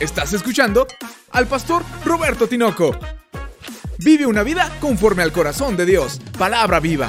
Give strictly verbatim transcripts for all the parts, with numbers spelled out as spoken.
Estás escuchando al pastor Roberto Tinoco. Vive una vida conforme al corazón de Dios. Palabra viva.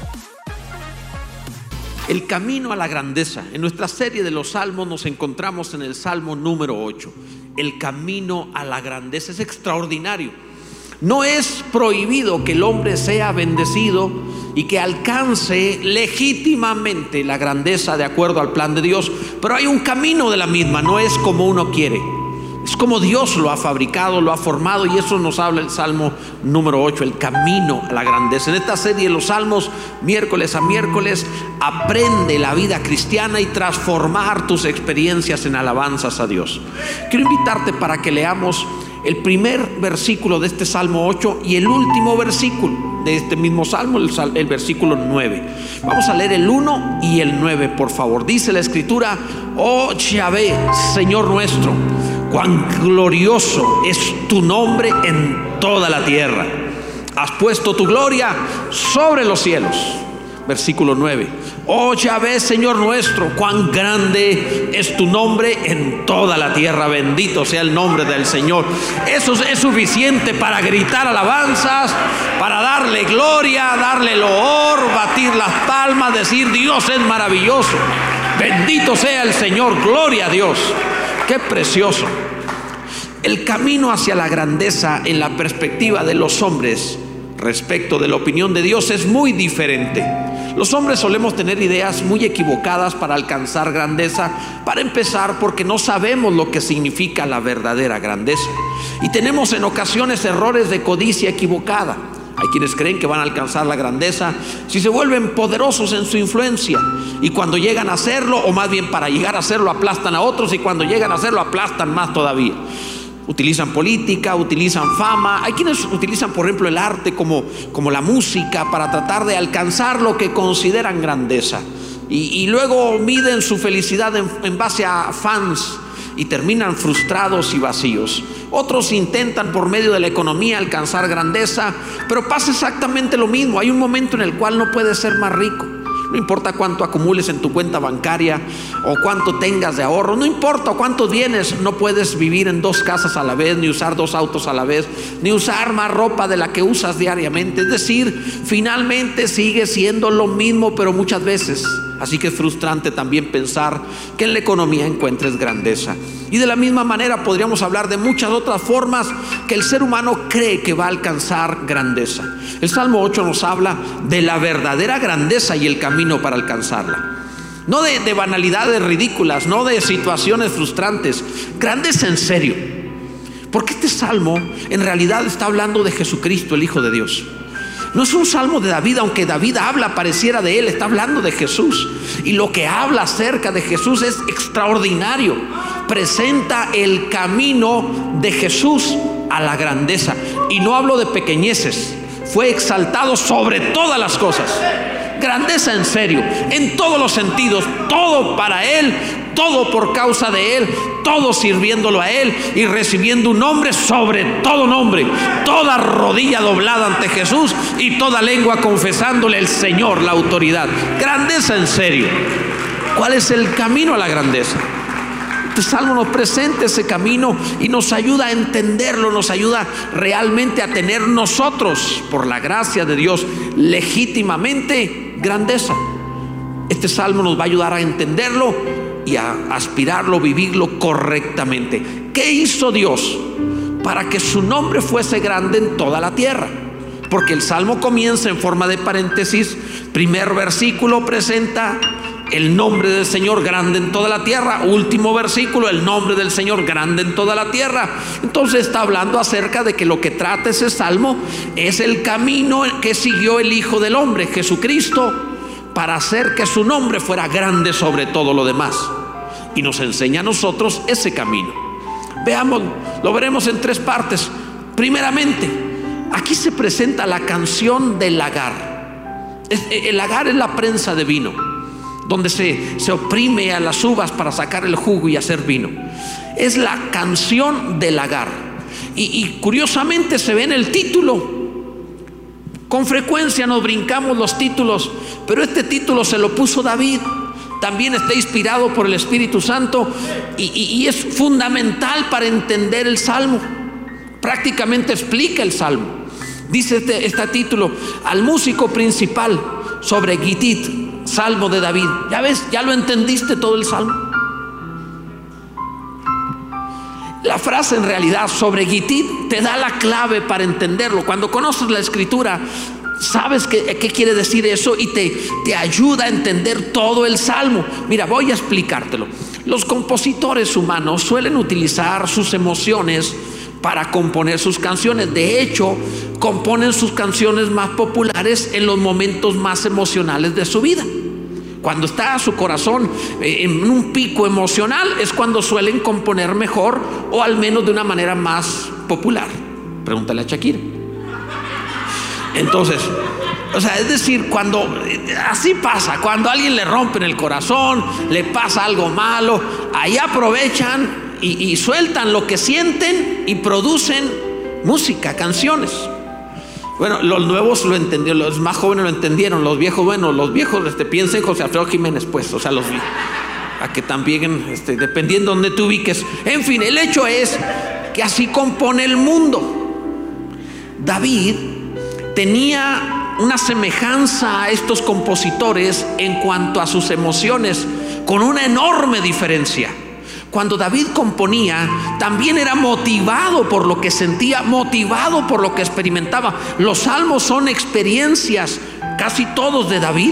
El camino a la grandeza. En nuestra serie de los salmos nos encontramos en el salmo número ocho. El camino a la grandeza es extraordinario. No es prohibido que el hombre sea bendecido y que alcance legítimamente la grandeza de acuerdo al plan de Dios, pero hay un camino de la misma. No es como uno quiere, es como Dios lo ha fabricado, lo ha formado, y eso nos habla el salmo número ocho, el camino a la grandeza. En esta serie de los salmos, miércoles a miércoles, aprende la vida cristiana y transformar tus experiencias en alabanzas a Dios. Quiero invitarte para que leamos el primer versículo de este salmo ocho y el último versículo de este mismo salmo, el, sal, el versículo nueve. Vamos a leer el uno y el nueve, por favor. Dice la escritura: oh Yahvé, Señor nuestro, cuán glorioso es tu nombre en toda la tierra. Has puesto tu gloria sobre los cielos. Versículo nueve. Oh Yahvé, Señor nuestro, cuán grande es tu nombre en toda la tierra. Bendito sea el nombre del Señor. Eso es suficiente para gritar alabanzas, para darle gloria, darle loor, batir las palmas, decir: Dios es maravilloso. Bendito sea el Señor. Gloria a Dios. Qué precioso. El camino hacia la grandeza en la perspectiva de los hombres respecto de la opinión de Dios es muy diferente. Los hombres solemos tener ideas muy equivocadas para alcanzar grandeza. Para empezar, porque no sabemos lo que significa la verdadera grandeza, y tenemos en ocasiones errores de codicia equivocada. Hay quienes creen que van a alcanzar la grandeza si se vuelven poderosos en su influencia, y cuando llegan a hacerlo, o más bien para llegar a hacerlo, aplastan a otros, y cuando llegan a hacerlo aplastan más todavía. Utilizan política, utilizan fama. Hay quienes utilizan, por ejemplo, el arte como, como la música para tratar de alcanzar lo que consideran grandeza, y, y luego miden su felicidad en, en base a fans y terminan frustrados y vacíos. Otros intentan por medio de la economía alcanzar grandeza, pero pasa exactamente lo mismo. Hay un momento en el cual no puedes ser más rico. No importa cuánto acumules en tu cuenta bancaria o cuánto tengas de ahorro, no importa cuántos bienes, no puedes vivir en dos casas a la vez, ni usar dos autos a la vez, ni usar más ropa de la que usas diariamente. Es decir, finalmente sigue siendo lo mismo, pero muchas veces. Así que es frustrante también pensar que en la economía encuentres grandeza. Y de la misma manera podríamos hablar de muchas otras formas que el ser humano cree que va a alcanzar grandeza. El Salmo ocho nos habla de la verdadera grandeza y el camino para alcanzarla. No de, de banalidades ridículas, no de situaciones frustrantes. Grandeza en serio. Porque este salmo en realidad está hablando de Jesucristo, el Hijo de Dios. No es un salmo de David, aunque David habla, pareciera de él, está hablando de Jesús. Y lo que habla acerca de Jesús es extraordinario. Presenta el camino de Jesús a la grandeza. Y no hablo de pequeñeces. Fue exaltado sobre todas las cosas. Grandeza en serio, en todos los sentidos. Todo para Él, todo por causa de Él, todo sirviéndolo a Él y recibiendo un nombre sobre todo nombre. Toda rodilla doblada ante Jesús y toda lengua confesándole el Señor, la autoridad. Grandeza en serio. ¿Cuál es el camino a la grandeza? Este salmo nos presenta ese camino y nos ayuda a entenderlo, nos ayuda realmente a tener nosotros, por la gracia de Dios, legítimamente grandeza. Este salmo nos va a ayudar a entenderlo y a aspirarlo, vivirlo correctamente. ¿Qué hizo Dios para que su nombre fuese grande en toda la tierra? Porque el salmo comienza en forma de paréntesis. Primer versículo presenta el nombre del Señor grande en toda la tierra. Último versículo, el nombre del Señor grande en toda la tierra. Entonces está hablando acerca de que lo que trata ese salmo es el camino que siguió el Hijo del Hombre, Jesucristo, para hacer que su nombre fuera grande sobre todo lo demás. Y nos enseña a nosotros ese camino. Veamos, lo veremos en tres partes. Primeramente, aquí se presenta la canción del lagar. El lagar es la prensa de vino, donde se, se oprime a las uvas para sacar el jugo y hacer vino. Es la canción del lagar. Y, y curiosamente se ve en el título. Con frecuencia nos brincamos los títulos, pero este título se lo puso David. también está inspirado por el Espíritu Santo y, y, y es fundamental para entender el Salmo. Prácticamente explica el Salmo. Dice este, este título: al músico principal sobre Gitit, Salmo de David. Ya ves, ya lo entendiste todo el Salmo. La frase en realidad sobre Gitit te da la clave para entenderlo. Cuando conoces la Escritura, sabes qué, qué quiere decir eso y te, te ayuda a entender todo el Salmo. Mira, voy a explicártelo. Los compositores humanos suelen utilizar sus emociones para componer sus canciones. De hecho, componen sus canciones más populares en los momentos más emocionales de su vida. Cuando está su corazón en un pico emocional es cuando suelen componer mejor, o al menos de una manera más popular. Pregúntale a Shakira. Entonces, o sea, es decir, cuando así pasa, cuando a alguien le rompen el corazón, le pasa algo malo, ahí aprovechan y, y sueltan lo que sienten y producen música, canciones. Bueno, los nuevos lo entendieron, los más jóvenes lo entendieron, los viejos, bueno, los viejos este, piensen José Alfredo Jiménez, pues, o sea, los a que también, este, dependiendo de donde te ubiques. En fin, el hecho es que así compone el mundo. David tenía una semejanza a estos compositores en cuanto a sus emociones, con una enorme diferencia. Cuando David componía, también era motivado por lo que sentía, motivado por lo que experimentaba. Los salmos son experiencias, casi todos de David,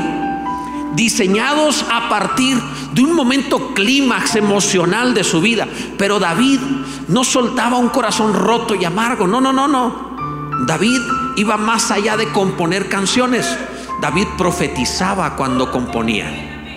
diseñados a partir de un momento clímax emocional de su vida. Pero David no soltaba un corazón roto y amargo. No, no, no, no. David iba más allá de componer canciones. David profetizaba cuando componía.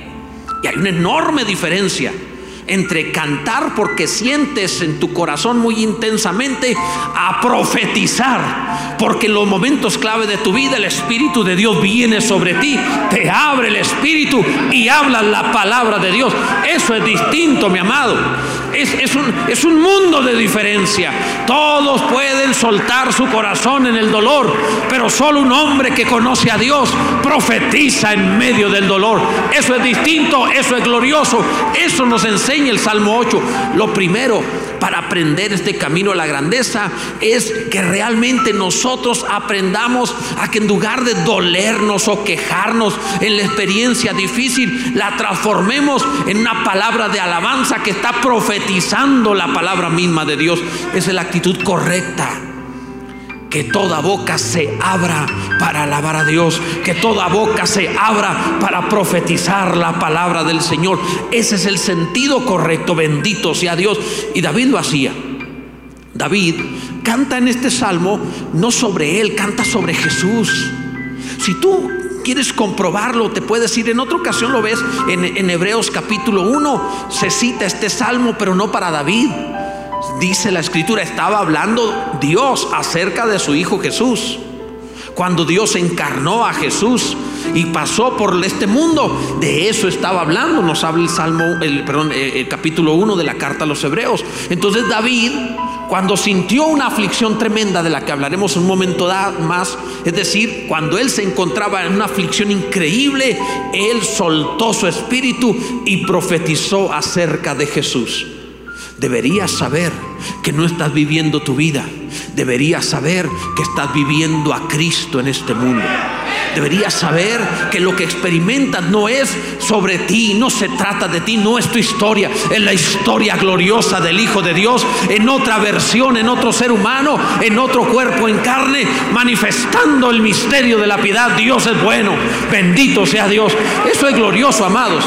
Y hay una enorme diferencia entre cantar porque sientes en tu corazón muy intensamente, a profetizar porque en los momentos clave de tu vida el Espíritu de Dios viene sobre ti, te abre el Espíritu y habla la palabra de Dios. Eso es distinto, mi amado. Es, es, un, es un mundo de diferencia. Todos pueden soltar su corazón en el dolor, pero solo un hombre que conoce a Dios profetiza en medio del dolor. Eso es distinto, eso es glorioso. Eso nos enseña el Salmo ocho. Lo primero para aprender este camino a la grandeza es que realmente nosotros aprendamos a que en lugar de dolernos o quejarnos en la experiencia difícil, la transformemos en una palabra de alabanza que está profetizando la palabra misma de Dios. Esa es la actitud correcta. Que toda boca se abra para alabar a Dios, que toda boca se abra para profetizar la palabra del Señor. Ese es el sentido correcto. Bendito sea Dios. Y David lo hacía. David canta en este salmo no sobre él, canta sobre Jesús. Si tú quieres comprobarlo, te puedes ir. En otra ocasión lo ves en, en Hebreos capítulo uno, se cita este salmo, pero no para David. Dice la Escritura, estaba hablando Dios acerca de su Hijo Jesús. Cuando Dios encarnó a Jesús y pasó por este mundo, de eso estaba hablando. Nos habla el Salmo, el, perdón, el capítulo uno de la carta a los Hebreos. Entonces David, cuando sintió una aflicción tremenda, de la que hablaremos un momento más, es decir, cuando él se encontraba en una aflicción increíble, él soltó su espíritu y profetizó acerca de Jesús. Deberías saber que no estás viviendo tu vida. Deberías saber que estás viviendo a Cristo en este mundo. Deberías saber que lo que experimentas no es sobre ti, no se trata de ti, no es tu historia, es la historia gloriosa del Hijo de Dios en otra versión, en otro ser humano, en otro cuerpo en carne, manifestando el misterio de la piedad. Dios es bueno, bendito sea Dios. Eso es glorioso, amados.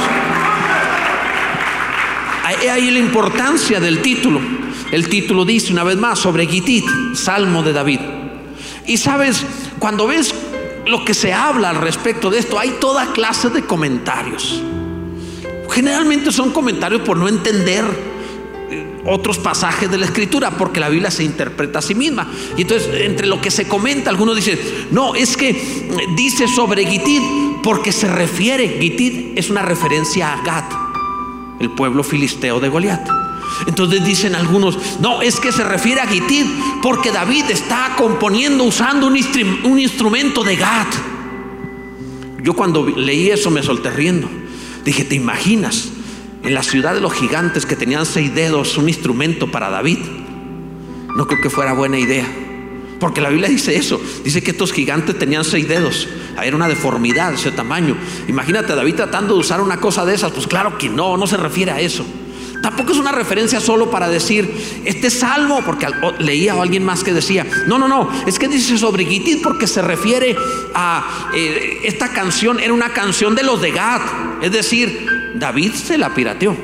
Hay ahí la importancia del título. El título dice una vez más sobre Gitit, Salmo de David. Y sabes, cuando ves lo que se habla al respecto de esto, hay toda clase de comentarios. Generalmente son comentarios por no entender otros pasajes de la Escritura, porque la Biblia se interpreta a sí misma. Y entonces, entre lo que se comenta, algunos dicen, no, es que dice sobre Gitit porque se refiere, Gitit es una referencia a Gat, el pueblo filisteo de Goliat. Entonces dicen algunos, no, es que se refiere a Gitit porque David está componiendo usando un, instru- un instrumento de Gat. Yo cuando leí eso me solté riendo. Dije, ¿te imaginas en la ciudad de los gigantes que tenían seis dedos un instrumento para David? No creo que fuera buena idea, porque la Biblia dice eso. Dice que estos gigantes tenían seis dedos. Era una deformidad de ese tamaño. Imagínate a David tratando de usar una cosa de esas. Pues claro que no, no se refiere a eso. Tampoco es una referencia solo para decir este salmo, porque leía a alguien más que decía no, no, no, es que dice sobre Gitit porque se refiere a eh, esta canción era una canción de los de Gad. Es decir, David se la pirateó.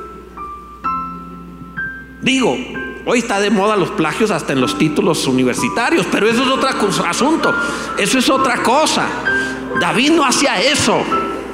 Digo, hoy está de moda los plagios hasta en los títulos universitarios, pero eso es otro asunto, eso es otra cosa. David no hacía eso.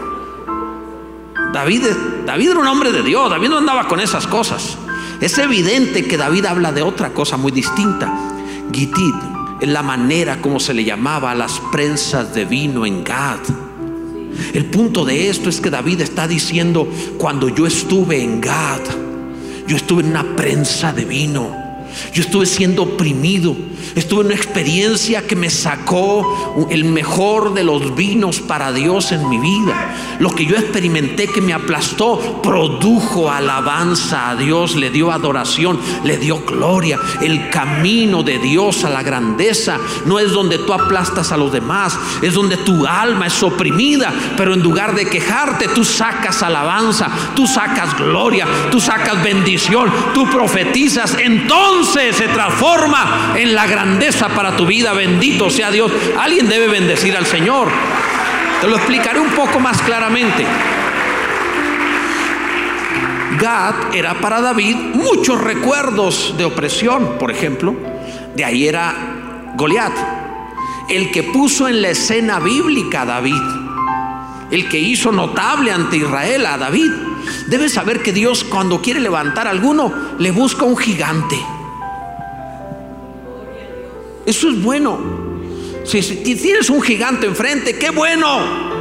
David, David era un hombre de Dios. David no andaba con esas cosas. Es evidente que David habla de otra cosa muy distinta. Gitit es la manera como se le llamaba a las prensas de vino en Gad. El punto de esto es que David está diciendo: cuando yo estuve en Gad, yo estuve en una prensa de vino. Yo estuve siendo oprimido. Estuve en una experiencia que me sacó el mejor de los vinos para Dios en mi vida. Lo que yo experimenté que me aplastó produjo alabanza a Dios, le dio adoración, le dio gloria. El camino de Dios a la grandeza no es donde tú aplastas a los demás, es donde tu alma es oprimida, pero en lugar de quejarte, tú sacas alabanza, tú sacas gloria, tú sacas bendición, tú profetizas. Entonces se transforma en la grandeza para tu vida. Bendito sea Dios. Alguien debe bendecir al Señor. Te lo explicaré un poco más claramente. Gad era para David muchos recuerdos de opresión. Por ejemplo, de ahí era Goliat, el que puso en la escena bíblica a David, el que hizo notable ante Israel a David. Debes saber que Dios, cuando quiere levantar a alguno, le busca un gigante. Eso es bueno. Si, si tienes un gigante enfrente, qué bueno,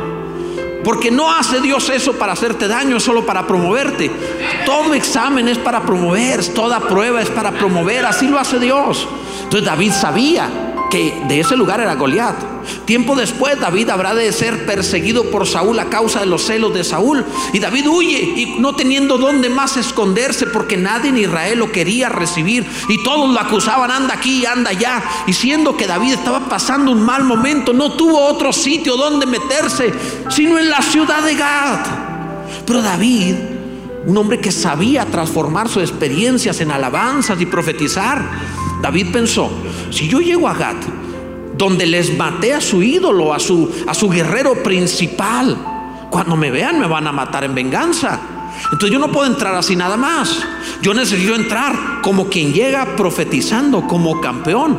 porque no hace Dios eso para hacerte daño, es solo para promoverte. Todo examen es para promover, toda prueba es para promover. Así lo hace Dios. Entonces David sabía que de ese lugar era Goliat. Tiempo después David habrá de ser perseguido por Saúl a causa de los celos de Saúl, y David huye, y no teniendo dónde más esconderse, porque nadie en Israel lo quería recibir, y todos lo acusaban: anda aquí, anda allá. Y siendo que David estaba pasando un mal momento, no tuvo otro sitio donde meterse sino en la ciudad de Gad. Pero David, un hombre que sabía transformar sus experiencias en alabanzas y profetizar, David pensó: si yo llego a Gad, donde les maté a su ídolo, a su, a su guerrero principal, cuando me vean me van a matar en venganza. Entonces yo no puedo entrar así nada más. Yo necesito entrar como quien llega profetizando, como campeón.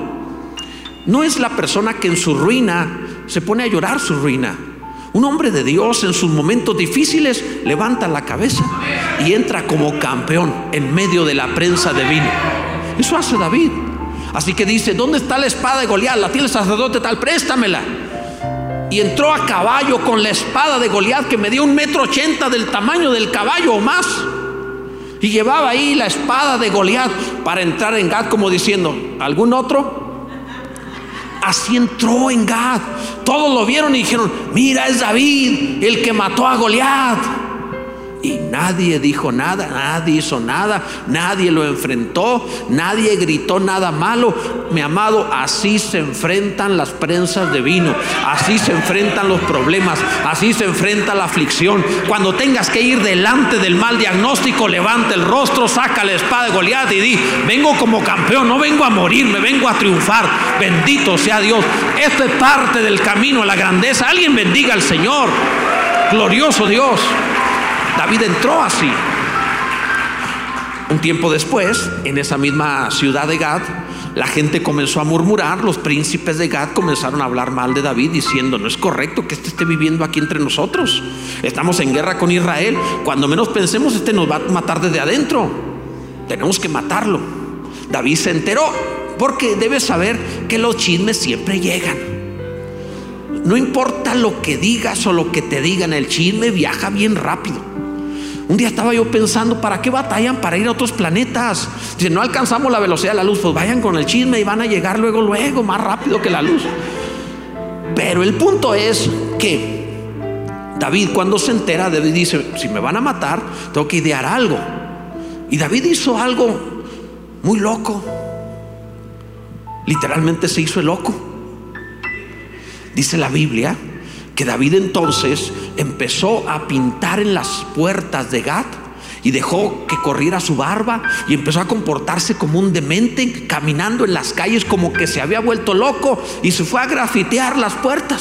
No es la persona que en su ruina se pone a llorar su ruina. Un hombre de Dios en sus momentos difíciles levanta la cabeza y entra como campeón en medio de la prensa de vino. Eso hace David. Así que dice: ¿dónde está la espada de Goliat? La tiene el sacerdote tal, préstamela. Y entró a caballo con la espada de Goliat, que medía un metro ochenta del tamaño del caballo o más, y llevaba ahí la espada de Goliat para entrar en Gad, como diciendo: ¿algún otro? Así entró en Gad. Todos lo vieron y dijeron: mira, es David, el que mató a Goliat. Y nadie dijo nada, nadie hizo nada, nadie lo enfrentó, nadie gritó nada malo. Mi amado, así se enfrentan las prensas de vino, así se enfrentan los problemas, así se enfrenta la aflicción. Cuando tengas que ir delante del mal diagnóstico, levanta el rostro, saca la espada de Goliat y di: vengo como campeón, no vengo a morir, me vengo a triunfar. Bendito sea Dios. Esto es parte del camino a la grandeza. Alguien bendiga al Señor. Glorioso Dios. David entró así. Un tiempo después, en esa misma ciudad de Gad, la gente comenzó a murmurar. Los príncipes de Gad comenzaron a hablar mal de David, diciendo: no es correcto que este esté viviendo aquí entre nosotros. Estamos en guerra con Israel. Cuando menos pensemos, este nos va a matar desde adentro. Tenemos que matarlo. David se enteró, porque debes saber que los chismes siempre llegan. No importa lo que digas o lo que te digan, el chisme viaja bien rápido. Un día estaba yo pensando: ¿para qué batallan para ir a otros planetas? Si no alcanzamos la velocidad de la luz, pues vayan con el chisme y van a llegar luego, luego, más rápido que la luz. Pero el punto es que David, cuando se entera, David dice: si me van a matar, tengo que idear algo. Y David hizo algo muy loco. Literalmente se hizo el loco. Dice la Biblia que David entonces empezó a pintar en las puertas de Gat y dejó que corriera su barba y empezó a comportarse como un demente, caminando en las calles como que se había vuelto loco, y se fue a grafitear las puertas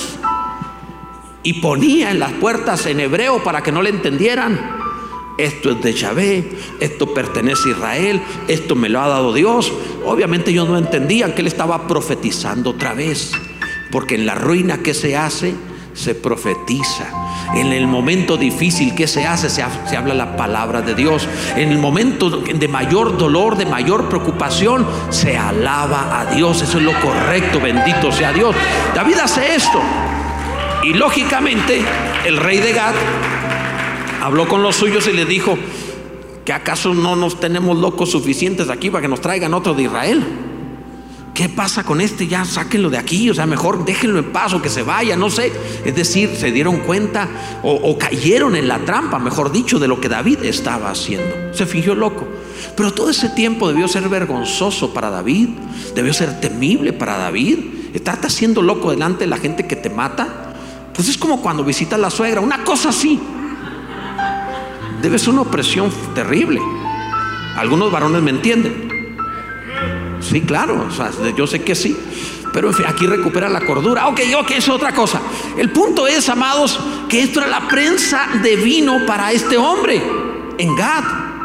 y ponía en las puertas en hebreo para que no le entendieran: esto es de Yahvé, esto pertenece a Israel, esto me lo ha dado Dios. Obviamente ellos no entendían que él estaba profetizando otra vez, porque en la ruina que se hace, se profetiza. En el momento difícil que se hace, se, ha, se habla la palabra de Dios. En el momento de mayor dolor, de mayor preocupación, se alaba a Dios. Eso es lo correcto, bendito sea Dios. David hace esto, y lógicamente el rey de Gat habló con los suyos y les dijo: ¿que acaso no nos tenemos locos suficientes aquí para que nos traigan otro de Israel? ¿Qué pasa con este? Ya sáquenlo de aquí, o sea, mejor déjenlo en paz o que se vaya, no sé. Es decir, se dieron cuenta o, o cayeron en la trampa, mejor dicho, de lo que David estaba haciendo. Se fingió loco. Pero todo ese tiempo debió ser vergonzoso para David, debió ser temible para David. Estarte haciendo loco delante de la gente que te mata, pues es como cuando visitas a la suegra, una cosa así. Debe ser una opresión terrible. Algunos varones me entienden. Sí, claro, o sea, yo sé que sí. Pero en fin, aquí recupera la cordura. Ok, ok, es otra cosa. El punto es, amados, que esto era la prensa de vino para este hombre en Gat.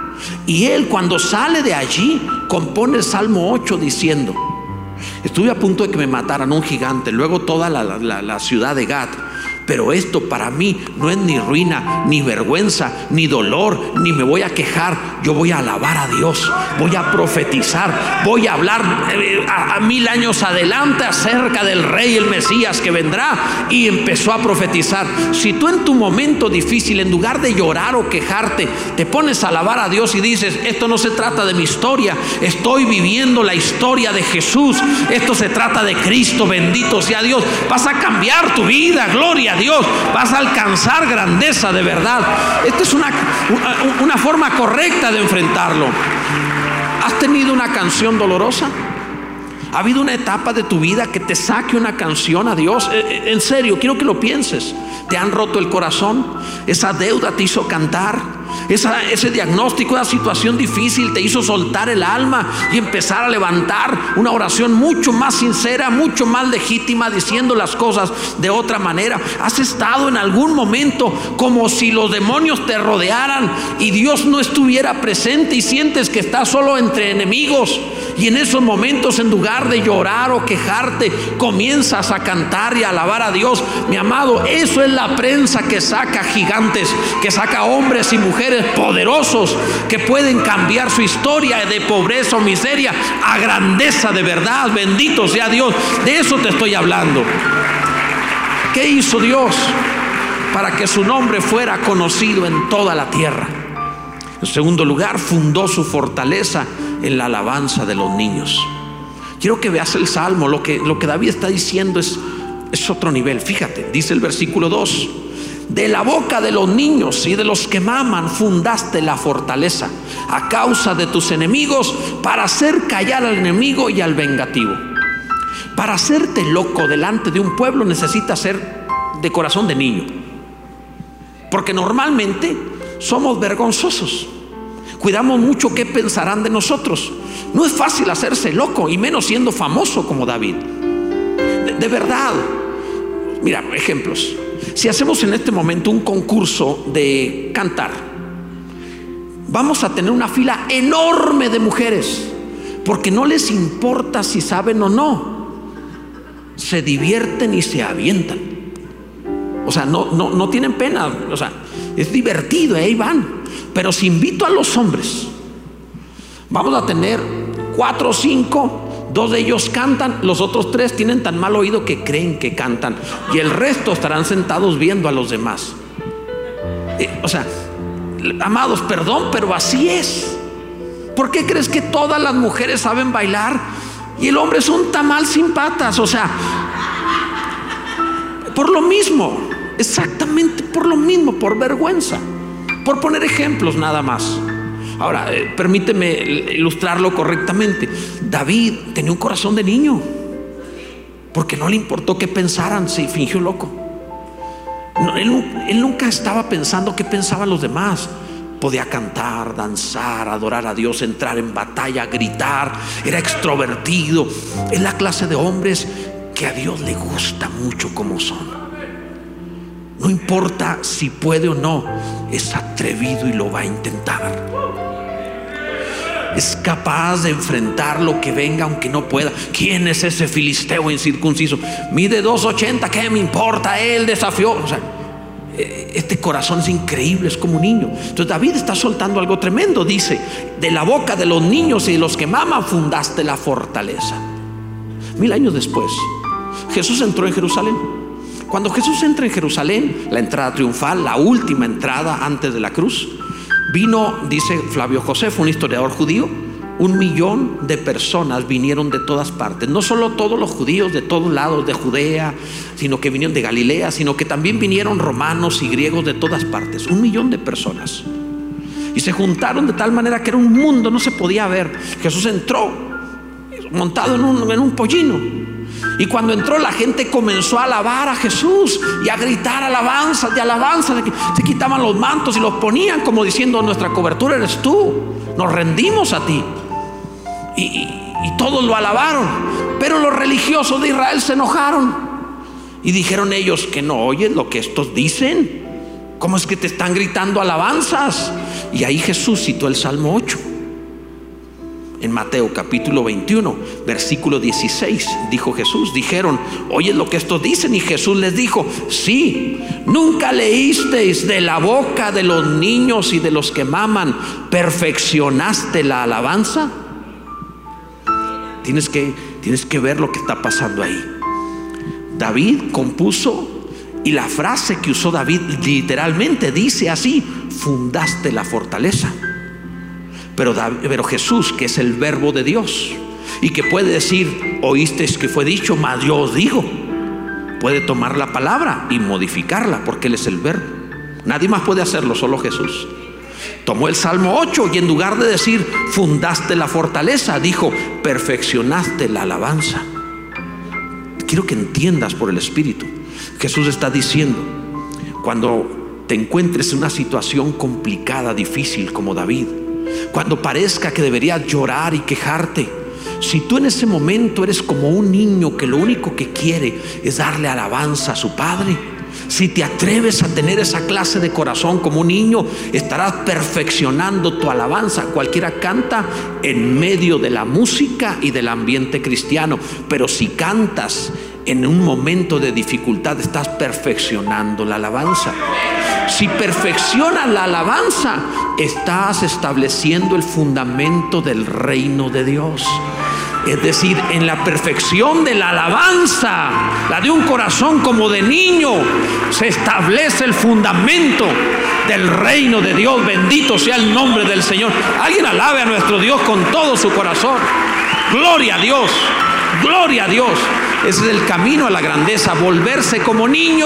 Y él, cuando sale de allí, compone el Salmo ocho diciendo: estuve a punto de que me mataran un gigante, luego toda la, la, la ciudad de Gat. Pero esto para mí no es ni ruina, ni vergüenza, ni dolor, ni me voy a quejar. Yo voy a alabar a Dios, voy a profetizar, voy a hablar a, a mil años adelante acerca del Rey, el Mesías que vendrá. Y empezó a profetizar. Si tú en tu momento difícil, en lugar de llorar o quejarte, te pones a alabar a Dios y dices: esto no se trata de mi historia, estoy viviendo la historia de Jesús, esto se trata de Cristo, bendito sea Dios, vas a cambiar tu vida, gloria a Dios, vas a alcanzar grandeza de verdad. Esta es una, una, una forma correcta de enfrentarlo. ¿Has tenido una canción dolorosa? ¿Ha habido una etapa de tu vida que te saque una canción a Dios? En serio, quiero que lo pienses. ¿Te han roto el corazón? ¿Esa deuda te hizo cantar? Esa, ese diagnóstico, esa situación difícil te hizo soltar el alma y empezar a levantar una oración mucho más sincera, mucho más legítima, diciendo las cosas de otra manera. ¿Has estado en algún momento como si los demonios te rodearan y Dios no estuviera presente y sientes que estás solo entre enemigos? Y en esos momentos, en lugar de llorar o quejarte, comienzas a cantar y a alabar a Dios. Mi amado, eso es la prensa que saca gigantes, que saca hombres y mujeres poderosos que pueden cambiar su historia de pobreza o miseria a grandeza de verdad. Bendito sea Dios. De eso te estoy hablando. ¿Qué hizo Dios para que su nombre fuera conocido en toda la tierra? En segundo lugar, fundó su fortaleza en la alabanza de los niños. Quiero que veas el Salmo. Lo que, lo que David está diciendo es, es otro nivel. Fíjate, dice el versículo dos: de la boca de los niños y de los que maman fundaste la fortaleza a causa de tus enemigos, para hacer callar al enemigo y al vengativo. Para hacerte loco delante de un pueblo necesitas ser de corazón de niño, porque normalmente somos vergonzosos, cuidamos mucho qué pensarán de nosotros. No es fácil hacerse loco, y menos siendo famoso como David. De, de verdad, mira, ejemplos. Si hacemos en este momento un concurso de cantar, vamos a tener una fila enorme de mujeres, porque no les importa si saben o no, se divierten y se avientan. O sea, no, no, no tienen pena. O sea, es divertido, ahí van. Pero si invito a los hombres, vamos a tener cuatro o cinco, dos de ellos cantan, los otros tres tienen tan mal oído que creen que cantan, y el resto estarán sentados viendo a los demás. Eh, o sea, amados, perdón, pero así es. ¿Por qué crees que todas las mujeres saben bailar y el hombre es un tamal sin patas? O sea, por lo mismo. exactamente por lo mismo, por vergüenza, por poner ejemplos nada más. Ahora, eh, permíteme ilustrarlo correctamente. David tenía un corazón de niño, porque no le importó qué pensaran, se fingió loco. No, él, él nunca estaba pensando qué pensaban los demás. Podía cantar, danzar, adorar a Dios, entrar en batalla, gritar. Era extrovertido. Es la clase de hombres que a Dios le gusta mucho como son. No importa si puede o no, es atrevido y lo va a intentar. Es capaz de enfrentar lo que venga aunque no pueda. ¿Quién es ese filisteo incircunciso? Mide dos ochenta, ¿qué me importa? Él desafió. O sea, este corazón es increíble, es como un niño. Entonces David está soltando algo tremendo. Dice: de la boca de los niños y de los que maman fundaste la fortaleza. Mil años después, Jesús entró en Jerusalén. Cuando Jesús entra en Jerusalén, la entrada triunfal, la última entrada antes de la cruz, vino, dice Flavio Josefo, un historiador judío, un millón de personas vinieron de todas partes. No solo todos los judíos de todos lados de Judea, sino que vinieron de Galilea, sino que también vinieron romanos y griegos de todas partes. Un millón de personas. Y se juntaron de tal manera que era un mundo, no se podía ver. Jesús entró montado en un, en un pollino. Y cuando entró, la gente comenzó a alabar a Jesús y a gritar alabanzas de alabanza. Se quitaban los mantos y los ponían como diciendo: nuestra cobertura eres tú, nos rendimos a ti. Y, y, y todos lo alabaron. Pero los religiosos de Israel se enojaron y dijeron ellos: que no oyes lo que estos dicen. ¿Cómo es que te están gritando alabanzas? Y ahí Jesús citó el Salmo ocho. En Mateo capítulo veintiuno, versículo dieciséis, dijo Jesús: dijeron: ¿oyes lo que estos dicen? Y Jesús les dijo: sí, ¿nunca leísteis de la boca de los niños y de los que maman perfeccionaste la alabanza? Tienes que, tienes que ver lo que está pasando ahí. David compuso, y la frase que usó David literalmente dice así: fundaste la fortaleza. Pero, pero Jesús, que es el verbo de Dios y que puede decir: oísteis que fue dicho, mas yo os digo, puede tomar la palabra y modificarla, porque Él es el verbo. Nadie más puede hacerlo, solo Jesús. Tomó el Salmo ocho y en lugar de decir fundaste la fortaleza, dijo perfeccionaste la alabanza. Quiero que entiendas por el Espíritu. Jesús está diciendo: cuando te encuentres en una situación complicada, difícil como David, cuando parezca que deberías llorar y quejarte, si tú en ese momento eres como un niño que lo único que quiere es darle alabanza a su padre, si te atreves a tener esa clase de corazón como un niño, estarás perfeccionando tu alabanza. Cualquiera canta en medio de la música y del ambiente cristiano, pero si cantas en un momento de dificultad, estás perfeccionando la alabanza. Si perfeccionas la alabanza, estás estableciendo el fundamento del reino de Dios. Es decir, en la perfección de la alabanza, la de un corazón como de niño, se establece el fundamento del reino de Dios. Bendito sea el nombre del Señor. Alguien alabe a nuestro Dios con todo su corazón. Gloria a Dios, gloria a Dios. Ese es el camino a la grandeza, volverse como niño.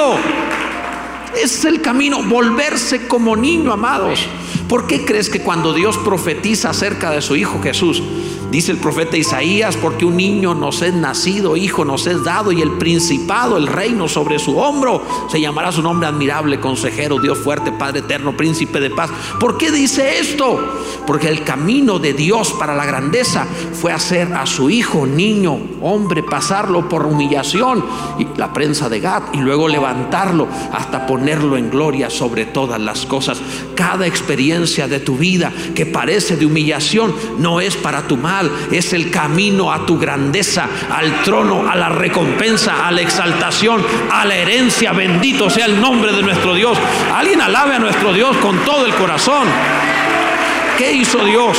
Ese es el camino, volverse como niño, amados. ¿Por qué crees que cuando Dios profetiza acerca de su Hijo Jesús, dice el profeta Isaías: porque un niño nos es nacido, hijo nos es dado, y el principado, el reino sobre su hombro, se llamará su nombre admirable, consejero, Dios fuerte, Padre eterno, príncipe de paz? ¿Por qué dice esto? Porque el camino de Dios para la grandeza fue hacer a su hijo niño, hombre, pasarlo por humillación y la prensa de Gad, y luego levantarlo hasta ponerlo en gloria sobre todas las cosas. Cada experiencia de tu vida que parece de humillación no es para tu mal, es el camino a tu grandeza, al trono, a la recompensa, a la exaltación, a la herencia. Bendito sea el nombre de nuestro Dios. Alguien alabe a nuestro Dios con todo el corazón. ¿Qué hizo Dios?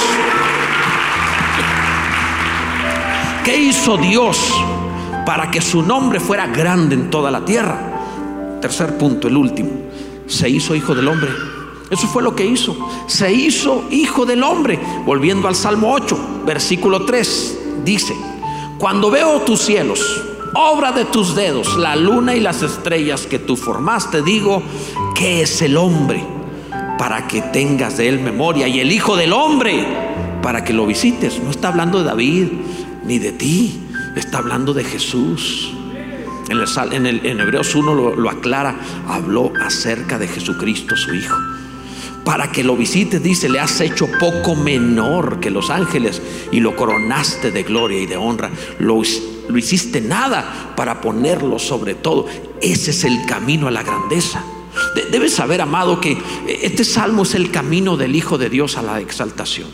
¿Qué hizo Dios para que su nombre fuera grande en toda la tierra? Tercer punto, el último: se hizo hijo del hombre. Eso fue lo que hizo. Se hizo hijo del hombre. Volviendo al Salmo ocho, versículo tres, dice: cuando veo tus cielos, obra de tus dedos, la luna y las estrellas que tú formaste. Digo, ¿qué es el hombre para que tengas de él memoria? Y el hijo del hombre para que lo visites. No está hablando de David ni de ti, está hablando de Jesús. En, el, en, el, en Hebreos uno lo, lo aclara. Habló acerca de Jesucristo, su hijo. Para que lo visites, dice, le has hecho poco menor que los ángeles y lo coronaste de gloria y de honra. Lo, lo hiciste nada para ponerlo sobre todo. Ese es el camino a la grandeza. De, debes saber, amado, que este salmo es el camino del Hijo de Dios a la exaltación.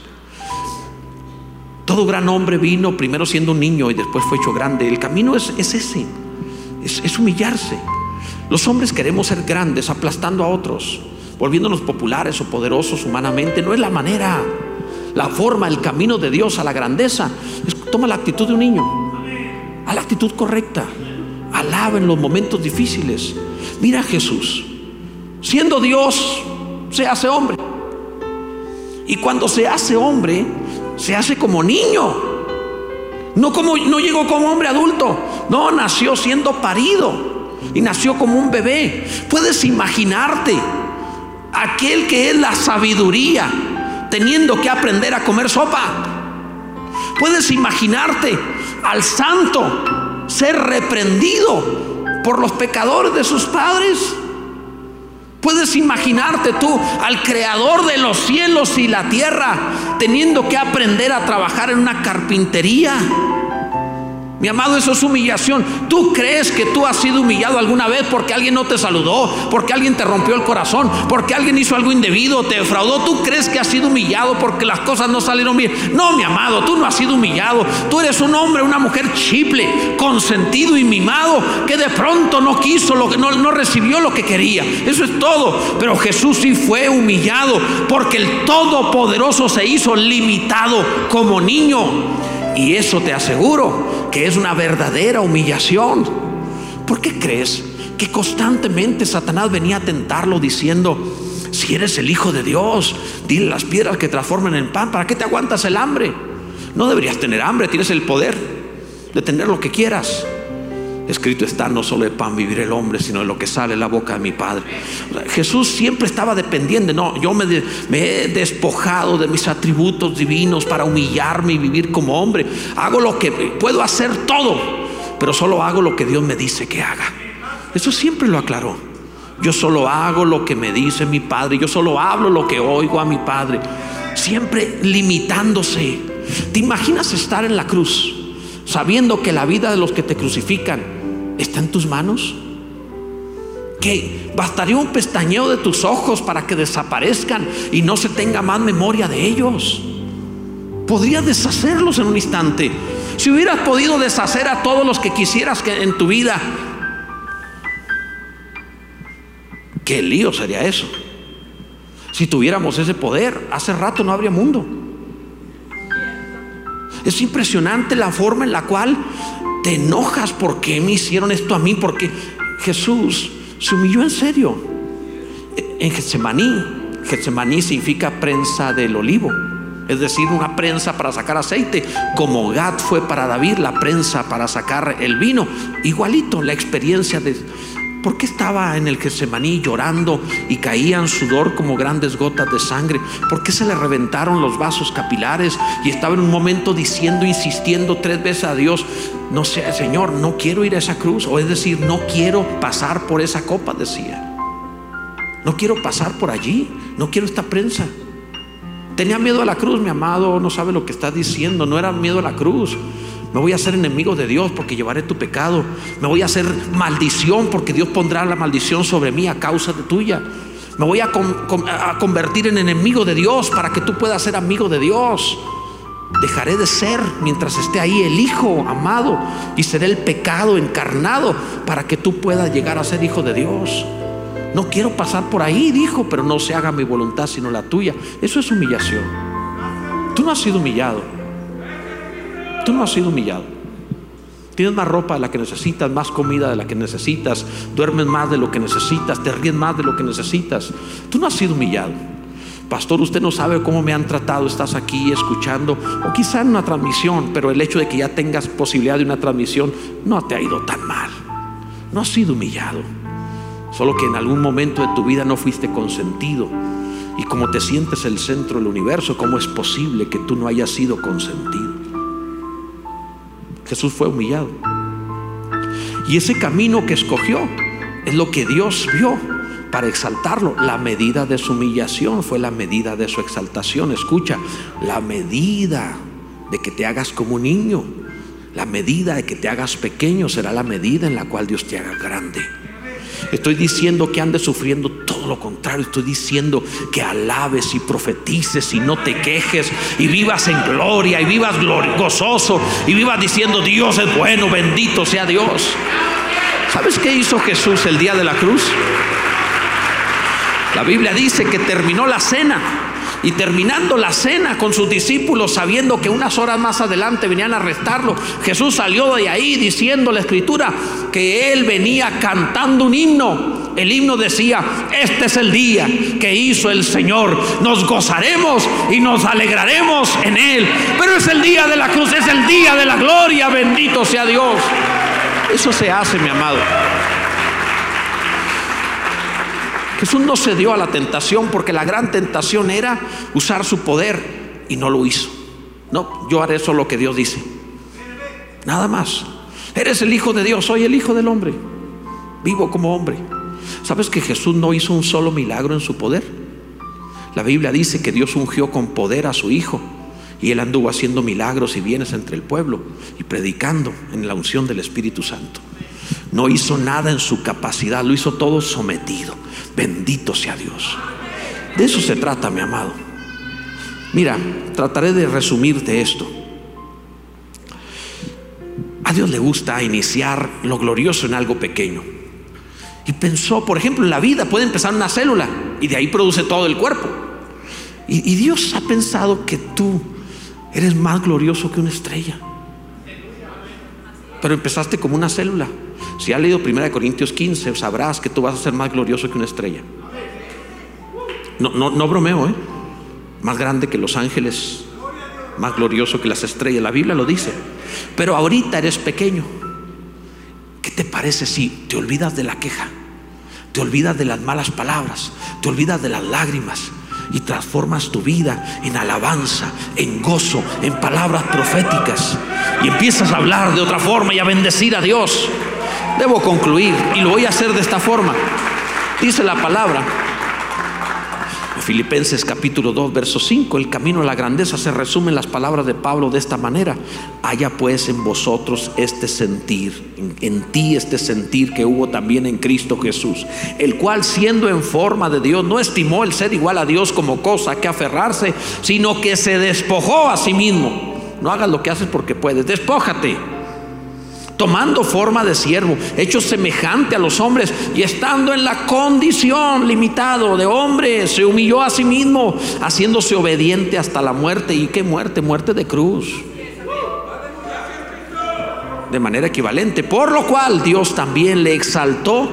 Todo gran hombre vino primero siendo un niño y después fue hecho grande. El camino es, es ese, es, es humillarse. Los hombres queremos ser grandes aplastando a otros, volviéndonos populares o poderosos humanamente. No es la manera, la forma, el camino de Dios a la grandeza es, toma la actitud de un niño, a la actitud correcta. Alaba en los momentos difíciles. Mira a Jesús, siendo Dios, se hace hombre. Y cuando se hace hombre, se hace como niño. No, como, no llegó como hombre adulto. No, nació siendo parido y nació como un bebé. Puedes imaginarte aquel que es la sabiduría teniendo que aprender a comer sopa. Puedes imaginarte al santo ser reprendido por los pecadores de sus padres. Puedes imaginarte tú al creador de los cielos y la tierra teniendo que aprender a trabajar en una carpintería. Mi amado, eso es humillación. ¿Tú crees que tú has sido humillado alguna vez porque alguien no te saludó, porque alguien te rompió el corazón, porque alguien hizo algo indebido, te defraudó? ¿Tú crees que has sido humillado porque las cosas no salieron bien? No, mi amado, tú no has sido humillado. Tú eres un hombre, una mujer chiple, consentido y mimado, que de pronto no quiso lo que no, no recibió lo que quería. Eso es todo. Pero Jesús sí fue humillado porque el Todopoderoso se hizo limitado como niño. Y eso te aseguro que es una verdadera humillación. ¿Por qué crees que constantemente Satanás venía a tentarlo diciendo: si eres el Hijo de Dios, dile las piedras que transformen en pan? ¿Para qué te aguantas el hambre? No deberías tener hambre, tienes el poder de tener lo que quieras. Escrito está: no solo de pan vivirá el hombre, sino de lo que sale de la boca de mi Padre. O sea, Jesús siempre estaba dependiente. No, yo me, de, me he despojado de mis atributos divinos para humillarme y vivir como hombre. Hago lo que puedo hacer todo, pero solo hago lo que Dios me dice que haga. Eso siempre lo aclaró. Yo solo hago lo que me dice mi Padre. Yo solo hablo lo que oigo a mi Padre. Siempre limitándose. ¿Te imaginas estar en la cruz sabiendo que la vida de los que te crucifican está en tus manos? Que bastaría un pestañeo de tus ojos para que desaparezcan y no se tenga más memoria de ellos. Podrías deshacerlos en un instante. Si hubieras podido deshacer a todos los que quisieras que en tu vida, qué lío sería eso. Si tuviéramos ese poder, hace rato no habría mundo. Es impresionante la forma en la cual te enojas. ¿Por qué me hicieron esto a mí? Porque Jesús se humilló en serio. En Getsemaní, Getsemaní significa prensa del olivo, es decir, una prensa para sacar aceite, como Gad fue para David la prensa para sacar el vino. Igualito la experiencia de... ¿Por qué estaba en el Getsemaní llorando y caían sudor como grandes gotas de sangre? ¿Por qué se le reventaron los vasos capilares? Y estaba en un momento diciendo, insistiendo tres veces a Dios: no sé, Señor, no quiero ir a esa cruz. O es decir, no quiero pasar por esa copa, decía. No quiero pasar por allí, no quiero esta prensa. Tenía miedo a la cruz, mi amado, no sabe lo que está diciendo. No era miedo a la cruz. Me voy a hacer enemigo de Dios porque llevaré tu pecado. Me voy a hacer maldición porque Dios pondrá la maldición sobre mí a causa de tuya. Me voy a, con, con, a convertir en enemigo de Dios para que tú puedas ser amigo de Dios. Dejaré de ser mientras esté ahí el Hijo amado, y seré el pecado encarnado para que tú puedas llegar a ser hijo de Dios. No quiero pasar por ahí, dijo, pero no se haga mi voluntad sino la tuya. Eso es humillación. Tú no has sido humillado. Tú no has sido humillado. Tienes más ropa de la que necesitas, más comida de la que necesitas, duermes más de lo que necesitas, te ríes más de lo que necesitas. Tú no has sido humillado. pastor, usted no sabe cómo me han tratado. Estás aquí escuchando, o quizá en una transmisión, pero el hecho de que ya tengas posibilidad de una transmisión no te ha ido tan mal. No has sido humillado, solo que en algún momento de tu vida no fuiste consentido. Y como te sientes el centro del universo, ¿cómo es posible que tú no hayas sido consentido? Jesús fue humillado, y ese camino que escogió es lo que Dios vio para exaltarlo. La medida de su humillación fue la medida de su exaltación. Escucha, la medida de que te hagas como un niño, la medida de que te hagas pequeño, será la medida en la cual Dios te haga grande. Estoy diciendo que andes sufriendo, todo lo contrario. Estoy diciendo que alabes y profetices y no te quejes, y vivas en gloria, y vivas gozoso, y vivas diciendo: Dios es bueno, bendito sea Dios. ¿Sabes qué hizo Jesús el día de la cruz? La Biblia dice que terminó la cena, y terminando la cena con sus discípulos, sabiendo que unas horas más adelante venían a arrestarlo, Jesús salió de ahí diciendo la escritura que él venía cantando un himno. El himno decía: este es el día que hizo el Señor, nos gozaremos y nos alegraremos en él. Pero es el día de la cruz, es el día de la gloria, bendito sea Dios. Eso se hace, mi amado. Jesús no cedió a la tentación, porque la gran tentación era usar su poder, y no lo hizo. No, yo haré solo lo que Dios dice, nada más. Eres el Hijo de Dios, soy el Hijo del hombre, vivo como hombre. ¿Sabes que Jesús no hizo un solo milagro en su poder? La Biblia dice que Dios ungió con poder a su Hijo, y él anduvo haciendo milagros y bienes entre el pueblo y predicando en la unción del Espíritu Santo. No hizo nada en su capacidad, lo hizo todo sometido. Bendito sea Dios. De eso se trata, mi amado. Mira, trataré de resumirte esto. A Dios le gusta iniciar lo glorioso en algo pequeño. Y pensó, por ejemplo, en la vida puede empezar una célula, y de ahí produce todo el cuerpo. Y, y Dios ha pensado que tú eres más glorioso que una estrella, pero empezaste como una célula. Si has leído primera Corintios quince, sabrás que tú vas a ser más glorioso que una estrella. No, no, no bromeo, ¿eh? Más grande que los ángeles, más glorioso que las estrellas. La Biblia lo dice. Pero ahorita eres pequeño. ¿Qué te parece si te olvidas de la queja, te olvidas de las malas palabras, te olvidas de las lágrimas, y transformas tu vida en alabanza, en gozo, en palabras proféticas, y empiezas a hablar de otra forma y a bendecir a Dios? Debo concluir, y lo voy a hacer de esta forma. Dice la palabra en Filipenses capítulo dos verso cinco: el camino a la grandeza se resume en las palabras de Pablo de esta manera: haya pues en vosotros este sentir, en, en ti este sentir que hubo también en Cristo Jesús, el cual, siendo en forma de Dios, no estimó el ser igual a Dios como cosa que aferrarse, sino que se despojó a sí mismo. No hagas lo que haces porque puedes, despójate. Tomando forma de siervo, hecho semejante a los hombres, y estando en la condición limitado de hombre, se humilló a sí mismo, haciéndose obediente hasta la muerte. ¿Y qué muerte? Muerte de cruz. De manera equivalente, por lo cual Dios también le exaltó.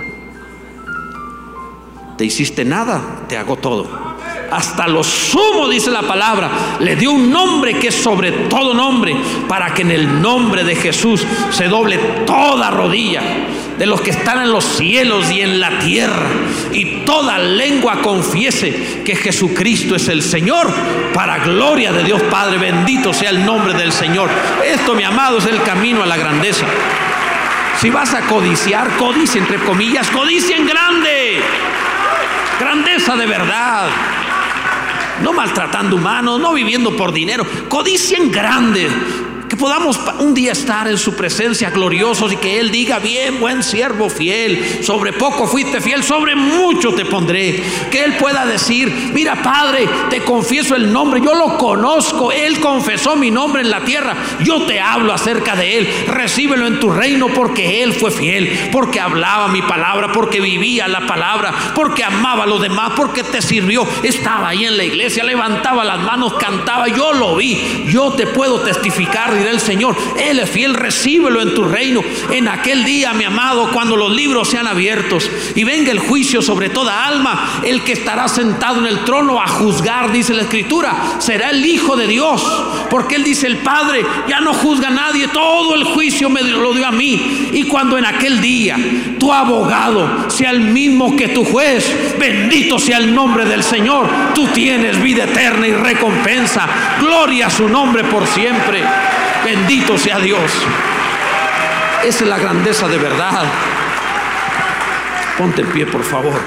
Te hiciste nada, te hago todo. Hasta lo sumo, dice la palabra, le dio un nombre que es sobre todo nombre, para que en el nombre de Jesús se doble toda rodilla de los que están en los cielos y en la tierra, y toda lengua confiese que Jesucristo es el Señor, para gloria de Dios Padre. Bendito sea el nombre del Señor. Esto, mi amado, es el camino a la grandeza. Si vas a codiciar, codicia entre comillas, codicia en grande, grandeza de verdad. No maltratando humanos, no viviendo por dinero. Codicia en grande. Que podamos un día estar en su presencia gloriosos, y que Él diga: bien, buen siervo fiel, sobre poco fuiste fiel, sobre mucho te pondré. Que Él pueda decir: mira, Padre, te confieso el nombre, yo lo conozco, Él confesó mi nombre en la tierra, yo te hablo acerca de Él, recíbelo en tu reino, porque Él fue fiel, porque hablaba mi palabra, porque vivía la palabra, porque amaba a los demás, porque te sirvió, estaba ahí en la iglesia, levantaba las manos, cantaba, yo lo vi. Yo te puedo testificar dirá el Señor: Él es fiel, recíbelo en tu reino. En aquel día, mi amado, cuando los libros sean abiertos y venga el juicio sobre toda alma, el que estará sentado en el trono a juzgar, dice la Escritura, será el Hijo de Dios, porque Él dice: el Padre ya no juzga a nadie, todo el juicio me lo dio a mí. Y cuando en aquel día tu abogado sea el mismo que tu juez, bendito sea el nombre del Señor, tú tienes vida eterna y recompensa. Gloria a su nombre por siempre. Bendito sea Dios. Esa es la grandeza de verdad. Ponte en pie, por favor.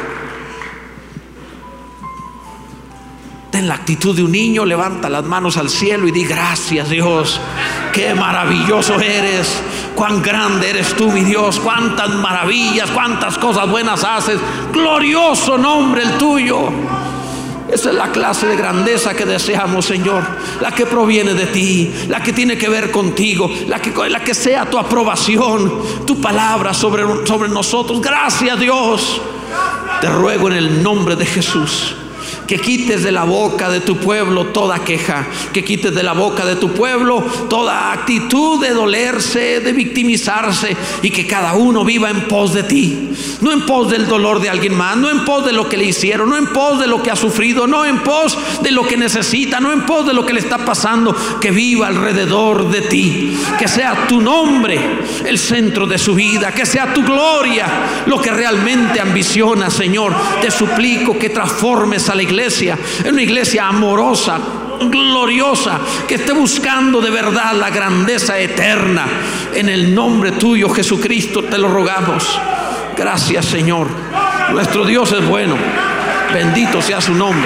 Ten la actitud de un niño, levanta las manos al cielo y di: gracias, Dios, qué maravilloso eres, cuán grande eres tú, mi Dios, cuántas maravillas, cuántas cosas buenas haces, glorioso nombre el tuyo. Esa es la clase de grandeza que deseamos, Señor, la que proviene de ti, la que tiene que ver contigo, la que, la que sea tu aprobación, tu palabra sobre, sobre nosotros. Gracias, Dios. Te ruego en el nombre de Jesús que quites de la boca de tu pueblo toda queja, que quites de la boca de tu pueblo toda actitud de dolerse, de victimizarse, y que cada uno viva en pos de ti, no en pos del dolor de alguien más, no en pos de lo que le hicieron, no en pos de lo que ha sufrido, no en pos de lo que necesita, no en pos de lo que le está pasando, que viva alrededor de ti, que sea tu nombre el centro de su vida, que sea tu gloria lo que realmente ambiciona, Señor. Te suplico que transformes a la iglesia en una iglesia amorosa, gloriosa, que esté buscando de verdad la grandeza eterna. En el nombre tuyo, Jesucristo, te lo rogamos. Gracias, Señor. Nuestro Dios es bueno. Bendito sea su nombre.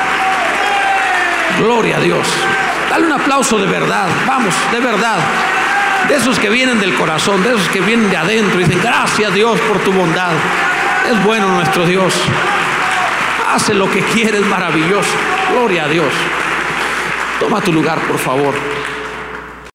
Gloria a Dios. Dale un aplauso de verdad. Vamos, de verdad. De esos que vienen del corazón, de esos que vienen de adentro y dicen: gracias, Dios, por tu bondad. Es bueno nuestro Dios. Hace lo que quiere, es maravilloso. Gloria a Dios. Toma tu lugar, por favor.